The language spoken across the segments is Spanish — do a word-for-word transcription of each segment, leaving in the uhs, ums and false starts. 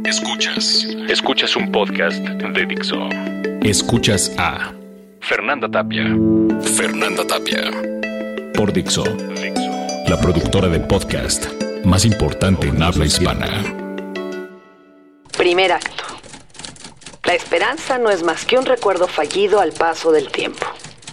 Escuchas. Escuchas un podcast de Dixo. Escuchas a Fernanda Tapia. Fernanda Tapia. Por Dixo. Dixo. La productora de podcast más importante en habla hispana. Primer acto. La esperanza no es más que un recuerdo fallido al paso del tiempo.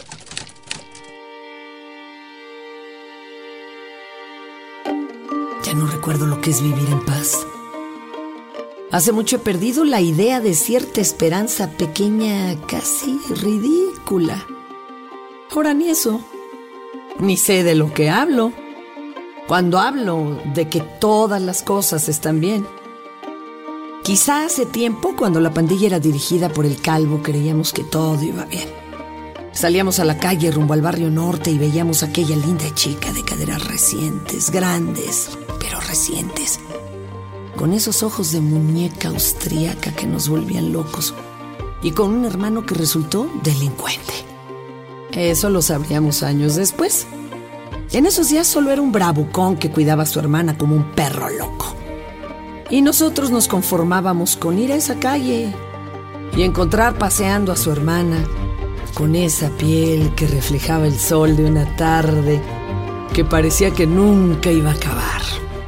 Ya no recuerdo lo que es vivir en paz. Hace mucho he perdido la idea de cierta esperanza pequeña, casi ridícula. Ahora ni eso. Ni sé de lo que hablo. Cuando hablo de que todas las cosas están bien. Quizá hace tiempo, cuando la pandilla era dirigida por el Calvo, creíamos que todo iba bien. Salíamos a la calle rumbo al barrio norte y veíamos a aquella linda chica de caderas recientes, grandes, pero recientes, con esos ojos de muñeca austríaca que nos volvían locos, y con un hermano que resultó delincuente. Eso lo sabríamos años después. En esos días solo era un bravucón que cuidaba a su hermana como un perro loco. Y nosotros nos conformábamos con ir a esa calle y encontrar paseando a su hermana, con esa piel que reflejaba el sol de una tarde que parecía que nunca iba a acabar.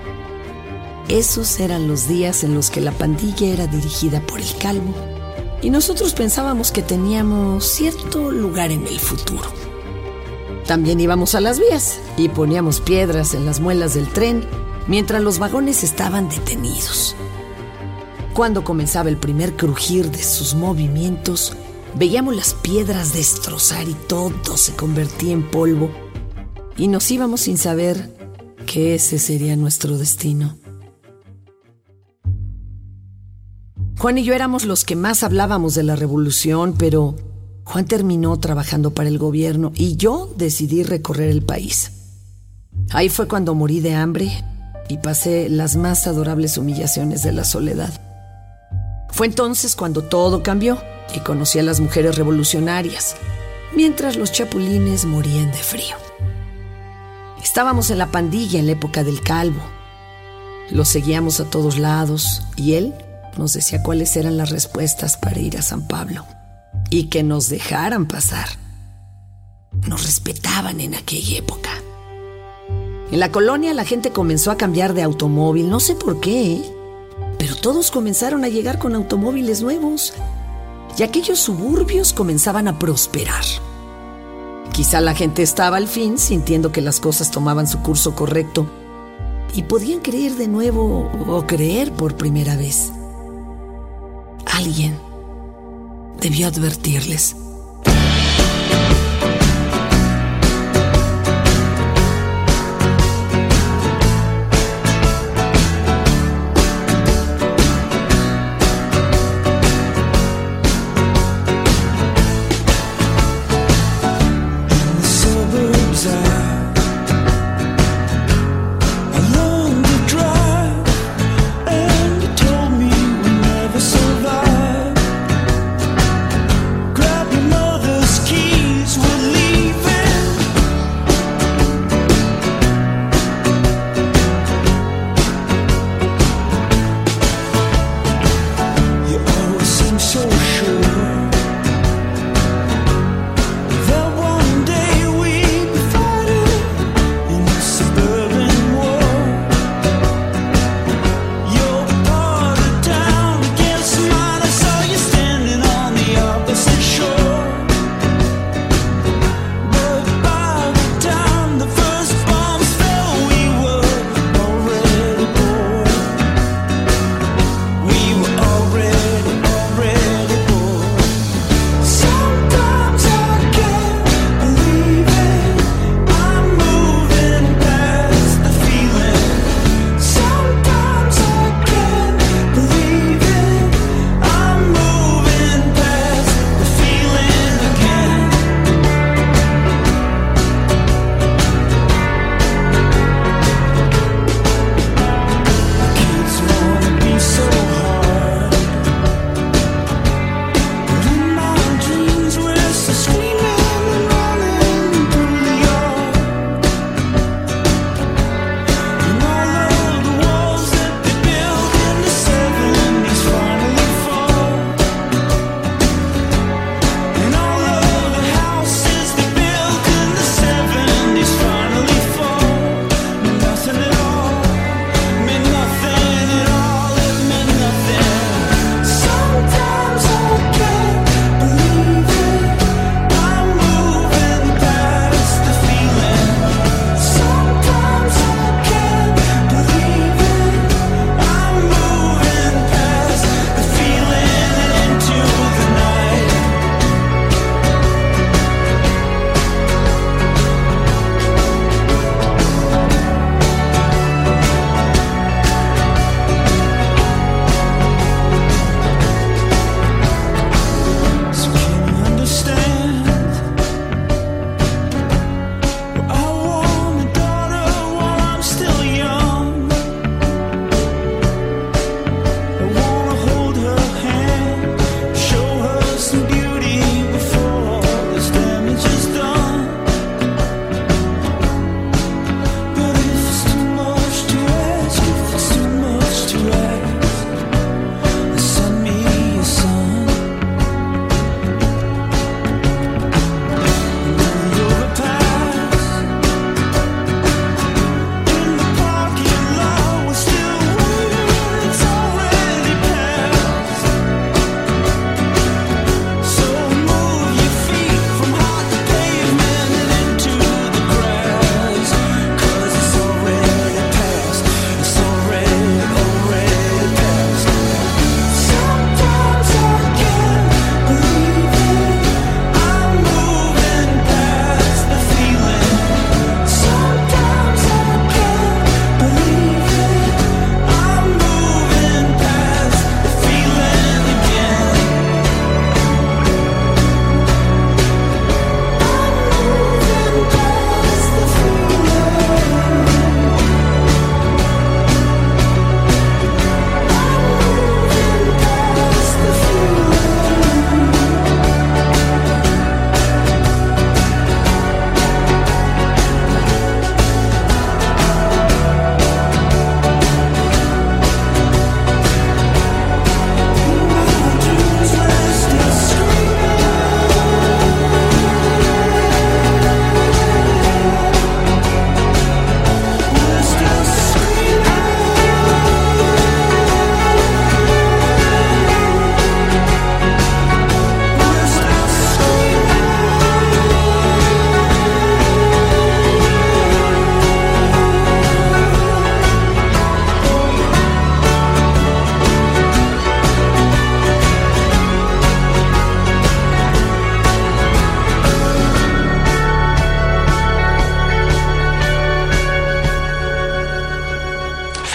Esos eran los días en los que la pandilla era dirigida por el Calvo y nosotros pensábamos que teníamos cierto lugar en el futuro. También íbamos a las vías y poníamos piedras en las muelas del tren mientras los vagones estaban detenidos. Cuando comenzaba el primer crujir de sus movimientos, veíamos las piedras destrozar y todo se convertía en polvo, y nos íbamos sin saber que ese sería nuestro destino. Juan y yo éramos los que más hablábamos de la revolución, pero Juan terminó trabajando para el gobierno y yo decidí recorrer el país. Ahí fue cuando morí de hambre y pasé las más adorables humillaciones de la soledad. Fue entonces cuando todo cambió y conocí a las mujeres revolucionarias, mientras los chapulines morían de frío. Estábamos en la pandilla en la época del Calvo. Lo seguíamos a todos lados y él nos decía cuáles eran las respuestas para ir a San Pablo y que nos dejaran pasar. Nos respetaban en aquella época. En la colonia la gente comenzó a cambiar de automóvil, no sé por qué, ¿eh? Pero todos comenzaron a llegar con automóviles nuevos y aquellos suburbios comenzaban a prosperar. Quizá la gente estaba al fin sintiendo que las cosas tomaban su curso correcto y podían creer de nuevo o creer por primera vez. Alguien debió advertirles. Grab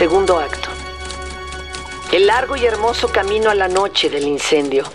Segundo acto. El largo y hermoso camino a la noche del incendio.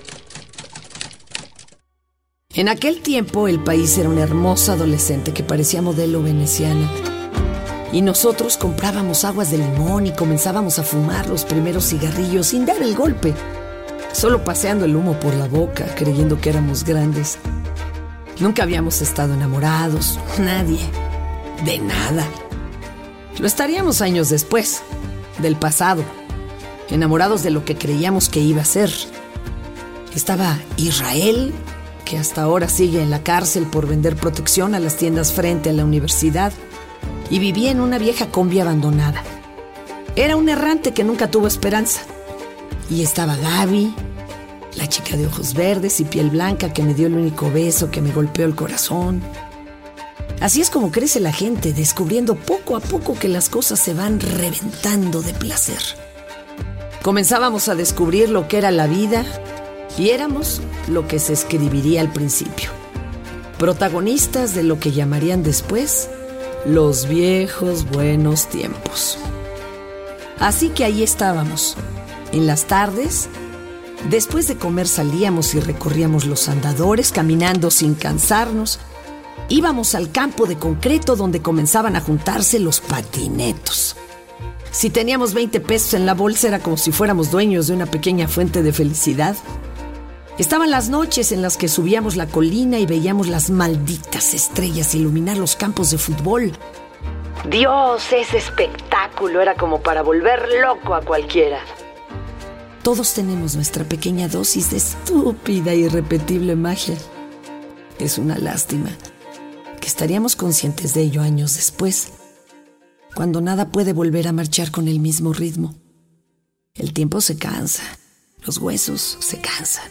En aquel tiempo el país era una hermosa adolescente que parecía modelo veneciana. Y nosotros comprábamos aguas de limón y comenzábamos a fumar los primeros cigarrillos sin dar el golpe, solo paseando el humo por la boca, creyendo que éramos grandes. Nunca habíamos estado enamorados, nadie, de nada. Lo estaríamos años después, del pasado, enamorados de lo que creíamos que iba a ser. Estaba Israel, que hasta ahora sigue en la cárcel por vender protección a las tiendas frente a la universidad, y vivía en una vieja combi abandonada. Era un errante que nunca tuvo esperanza. Y estaba Gaby, la chica de ojos verdes y piel blanca que me dio el único beso que me golpeó el corazón. Así es como crece la gente, descubriendo poco a poco que las cosas se van reventando de placer. Comenzábamos a descubrir lo que era la vida y éramos lo que se escribiría al principio. Protagonistas de lo que llamarían después los viejos buenos tiempos. Así que ahí estábamos. En las tardes, después de comer salíamos y recorríamos los andadores caminando sin cansarnos. Íbamos al campo de concreto donde comenzaban a juntarse los patinetos. Si teníamos veinte pesos en la bolsa era como si fuéramos dueños de una pequeña fuente de felicidad. Estaban las noches en las que subíamos la colina y veíamos las malditas estrellas iluminar los campos de fútbol. Dios, ese espectáculo era como para volver loco a cualquiera. Todos tenemos nuestra pequeña dosis de estúpida e irrepetible magia. Es una lástima que estaríamos conscientes de ello años después, cuando nada puede volver a marchar con el mismo ritmo. El tiempo se cansa, los huesos se cansan.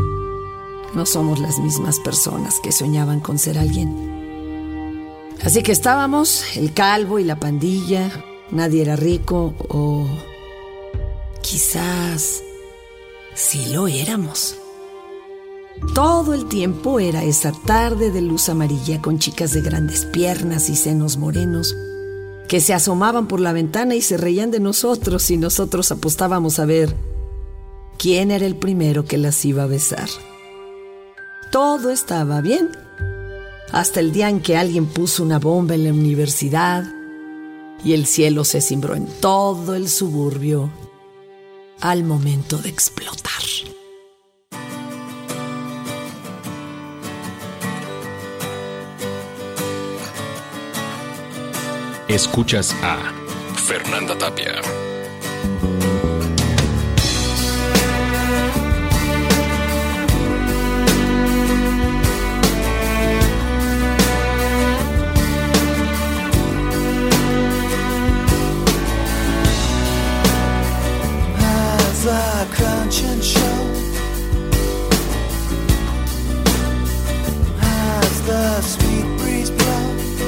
No somos las mismas personas que soñaban con ser alguien. Así que estábamos, el calvo y la pandilla. Nadie era rico o quizás sí lo éramos. Todo el tiempo era esa tarde de luz amarilla con chicas de grandes piernas y senos morenos que se asomaban por la ventana y se reían de nosotros y nosotros apostábamos a ver quién era el primero que las iba a besar. Todo estaba bien, hasta el día en que alguien puso una bomba en la universidad y el cielo se cimbró en todo el suburbio al momento de explotar. Escuchas a Fernanda Tapia. Crunch and show as the sweet breeze blow,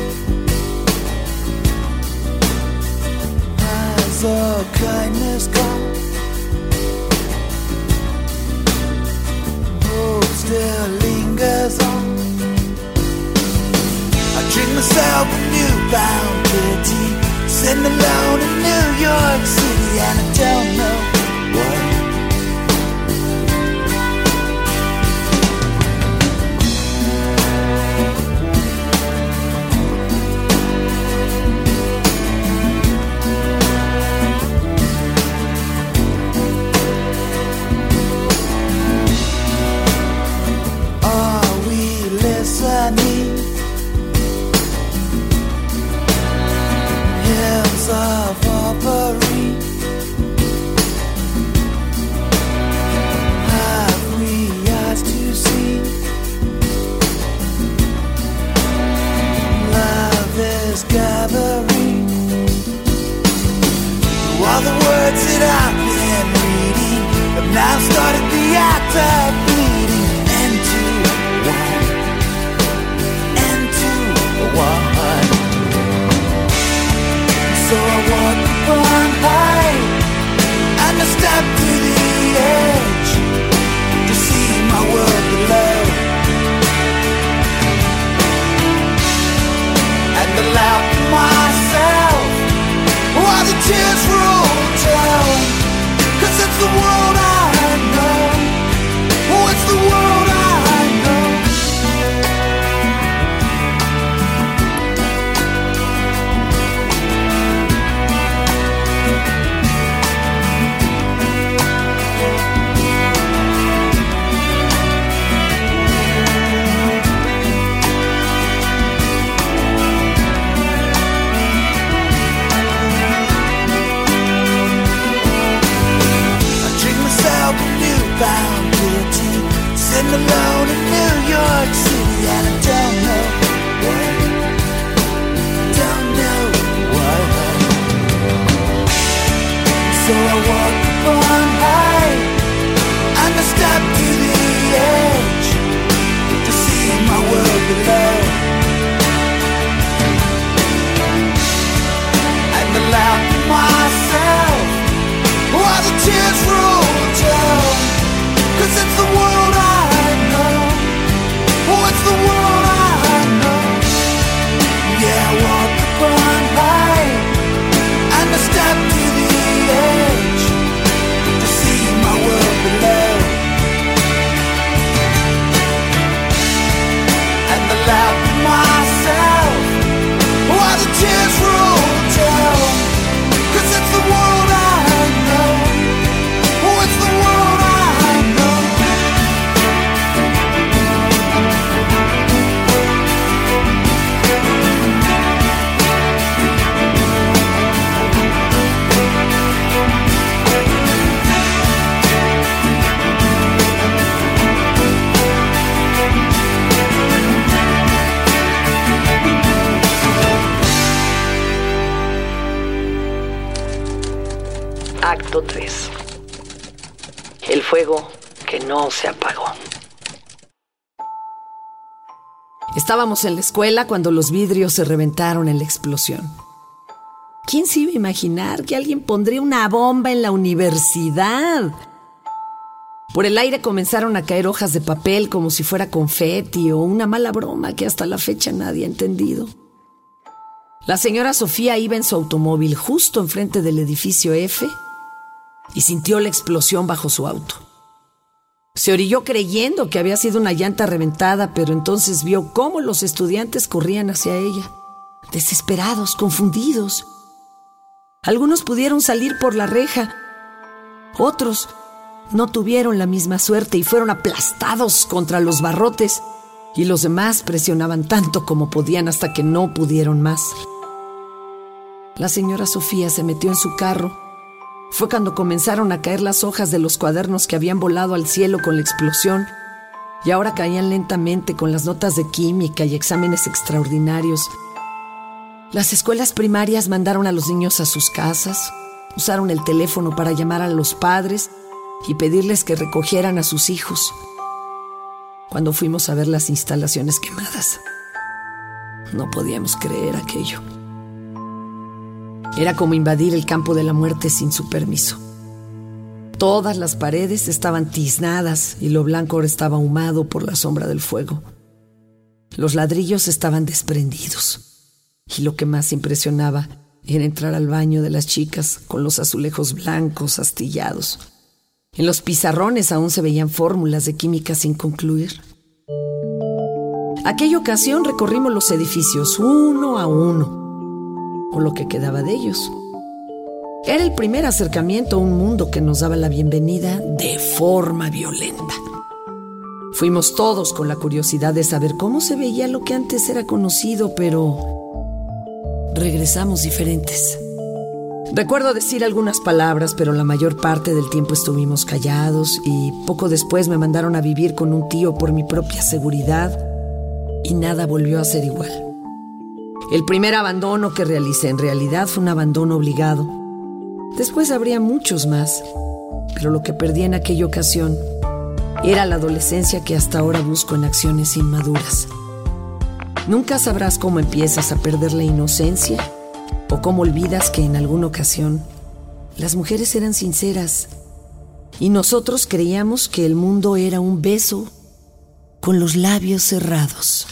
as the kindness go, hope still lingers on. I drink myself a newfound pity, sitting alone in New York City, and I don't know what. Hills of Aubrey, have we eyes to see? Love is gathering. All the words that I've been reading have now started the act of bleeding into one, into one. So I walk upon high and I step to the edge to see my world below, and I laugh to myself while the tears roll it's the world I know. Oh, it's the world I know. Bound guillotine, sitting alone in New York City, and I don't know what, don't know what. So I walk upon high, and I step to the edge to see my world below, and I laugh to myself while the tears roll down. 'Cause it's the world I know. Oh, it's the world I know. Yeah, I walk upon high, and I step to the edge to see my world below, and I laugh to myself while the tears roll down. 'Cause it's the world I know. Oh, it's the world I know. Acto tres. El fuego que no se apagó. Estábamos en la escuela cuando los vidrios se reventaron en la explosión. ¿Quién se iba a imaginar que alguien pondría una bomba en la universidad? Por el aire comenzaron a caer hojas de papel como si fuera confeti o una mala broma que hasta la fecha nadie ha entendido. La señora Sofía iba en su automóvil justo enfrente del edificio F y sintió la explosión bajo su auto. Se orilló creyendo que había sido una llanta reventada, pero entonces vio cómo los estudiantes corrían hacia ella, desesperados, confundidos. Algunos pudieron salir por la reja, otros no tuvieron la misma suerte y fueron aplastados contra los barrotes, y los demás presionaban tanto como podían hasta que no pudieron más. La señora Sofía se metió en su carro. Fue cuando comenzaron a caer las hojas de los cuadernos que habían volado al cielo con la explosión y ahora caían lentamente con las notas de química y exámenes extraordinarios. Las escuelas primarias mandaron a los niños a sus casas, usaron el teléfono para llamar a los padres y pedirles que recogieran a sus hijos. Cuando fuimos a ver las instalaciones quemadas, no podíamos creer aquello. Era como invadir el campo de la muerte sin su permiso. Todas las paredes estaban tiznadas y lo blanco ahora estaba ahumado por la sombra del fuego. Los ladrillos estaban desprendidos y lo que más impresionaba era entrar al baño de las chicas con los azulejos blancos astillados. En los pizarrones aún se veían fórmulas de química sin concluir. Aquella ocasión recorrimos los edificios uno a uno, o lo que quedaba de ellos. Era el primer acercamiento a un mundo que nos daba la bienvenida de forma violenta. Fuimos todos con la curiosidad de saber cómo se veía lo que antes era conocido, pero regresamos diferentes. Recuerdo decir algunas palabras, pero la mayor parte del tiempo estuvimos callados y poco después me mandaron a vivir con un tío por mi propia seguridad y nada volvió a ser igual. El primer abandono que realicé en realidad fue un abandono obligado. Después habría muchos más, pero lo que perdí en aquella ocasión era la adolescencia que hasta ahora busco en acciones inmaduras. Nunca sabrás cómo empiezas a perder la inocencia o cómo olvidas que en alguna ocasión las mujeres eran sinceras y nosotros creíamos que el mundo era un beso con los labios cerrados.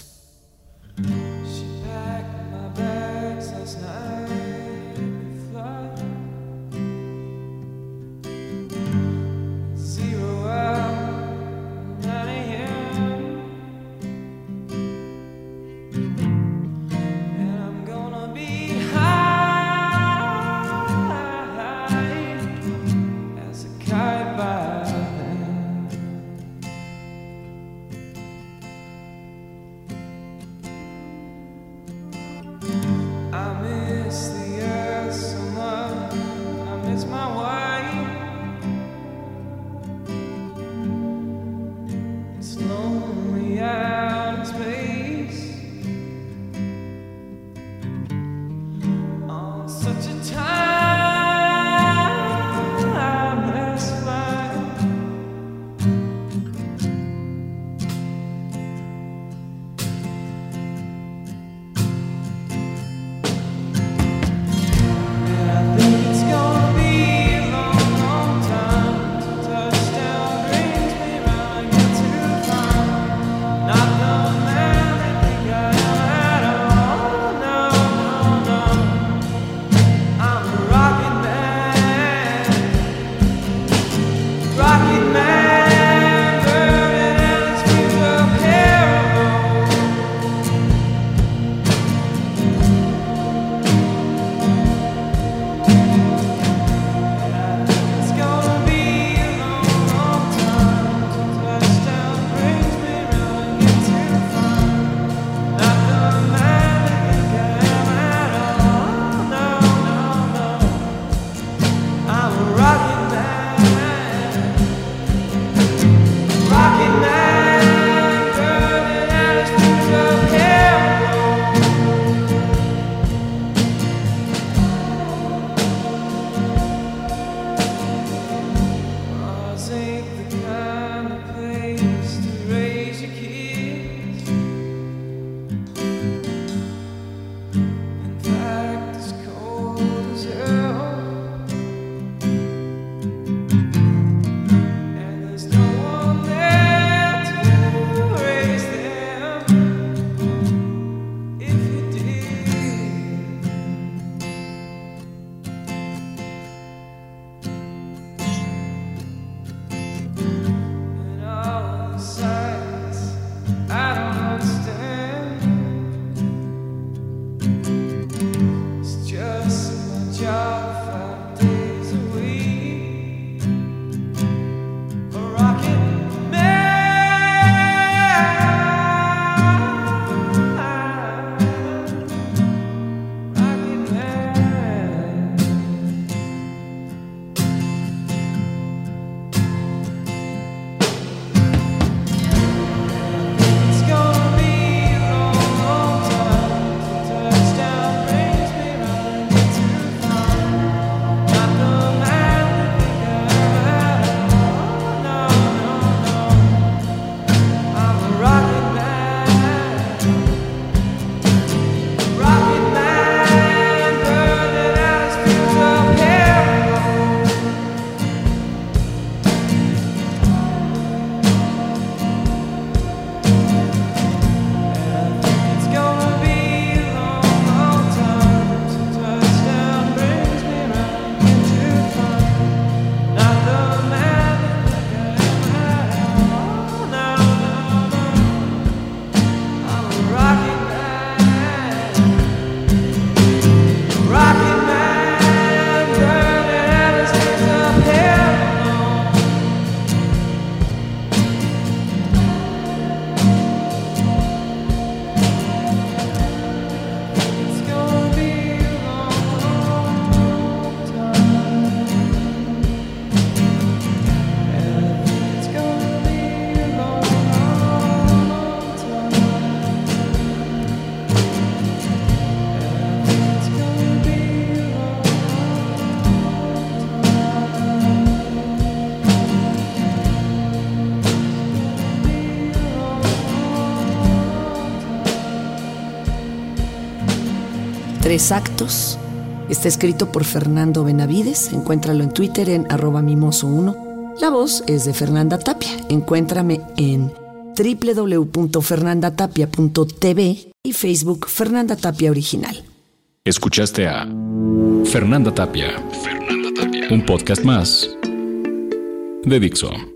Tres actos. Está escrito por Fernando Benavides. Encuéntralo en Twitter en arroba mimoso uno. La voz es de Fernanda Tapia. Encuéntrame en doble u doble u doble u punto fernanda tapia punto t v y Facebook Fernanda Tapia Original. Escuchaste a Fernanda Tapia. Fernanda Tapia. Un podcast más de Dixo.